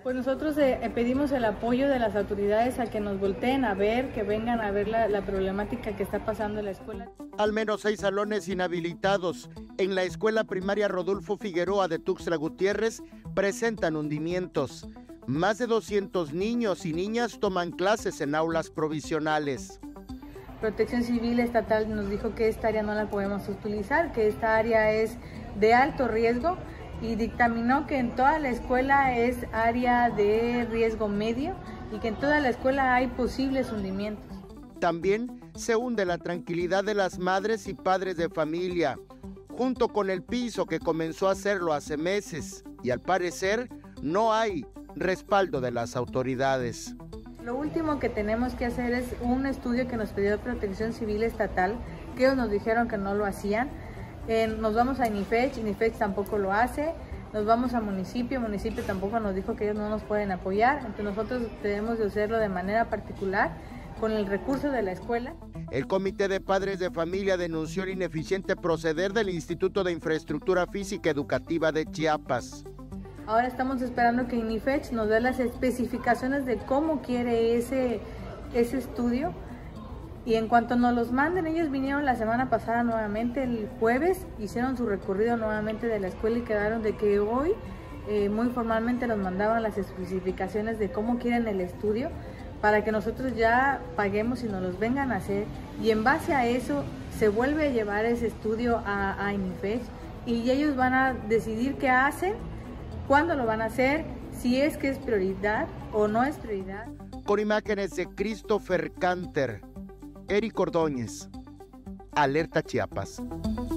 Pues nosotros pedimos el apoyo de las autoridades a que nos volteen a ver, que vengan a ver la problemática que está pasando en la escuela. Al menos 6 salones inhabilitados en la escuela primaria Rodolfo Figueroa de Tuxtla Gutiérrez presentan hundimientos. Más de 200 niños y niñas toman clases en aulas provisionales. Protección Civil Estatal nos dijo que esta área no la podemos utilizar, que esta área es de alto riesgo, y dictaminó que en toda la escuela es área de riesgo medio y que en toda la escuela hay posibles hundimientos. También se hunde la tranquilidad de las madres y padres de familia, junto con el piso que comenzó a hacerlo hace meses, y al parecer no hay respaldo de las autoridades. Lo último que tenemos que hacer es un estudio que nos pidió Protección Civil Estatal, que ellos nos dijeron que no lo hacían. Nos vamos a INIFEX tampoco lo hace, nos vamos a municipio tampoco nos dijo que ellos no nos pueden apoyar, entonces nosotros debemos de hacerlo de manera particular con el recurso de la escuela. El Comité de Padres de Familia denunció el ineficiente proceder del Instituto de Infraestructura Física Educativa de Chiapas. Ahora estamos esperando que INIFEX nos dé las especificaciones de cómo quiere ese estudio. Y en cuanto nos los manden, ellos vinieron la semana pasada nuevamente, el jueves, hicieron su recorrido nuevamente de la escuela y quedaron de que hoy muy formalmente nos mandaban las especificaciones de cómo quieren el estudio para que nosotros ya paguemos y nos los vengan a hacer. Y en base a eso se vuelve a llevar ese estudio a INIFEX y ellos van a decidir qué hacen, cuándo lo van a hacer, si es que es prioridad o no es prioridad. Con imágenes de Christopher Canter, Eric Ordóñez, Alerta Chiapas.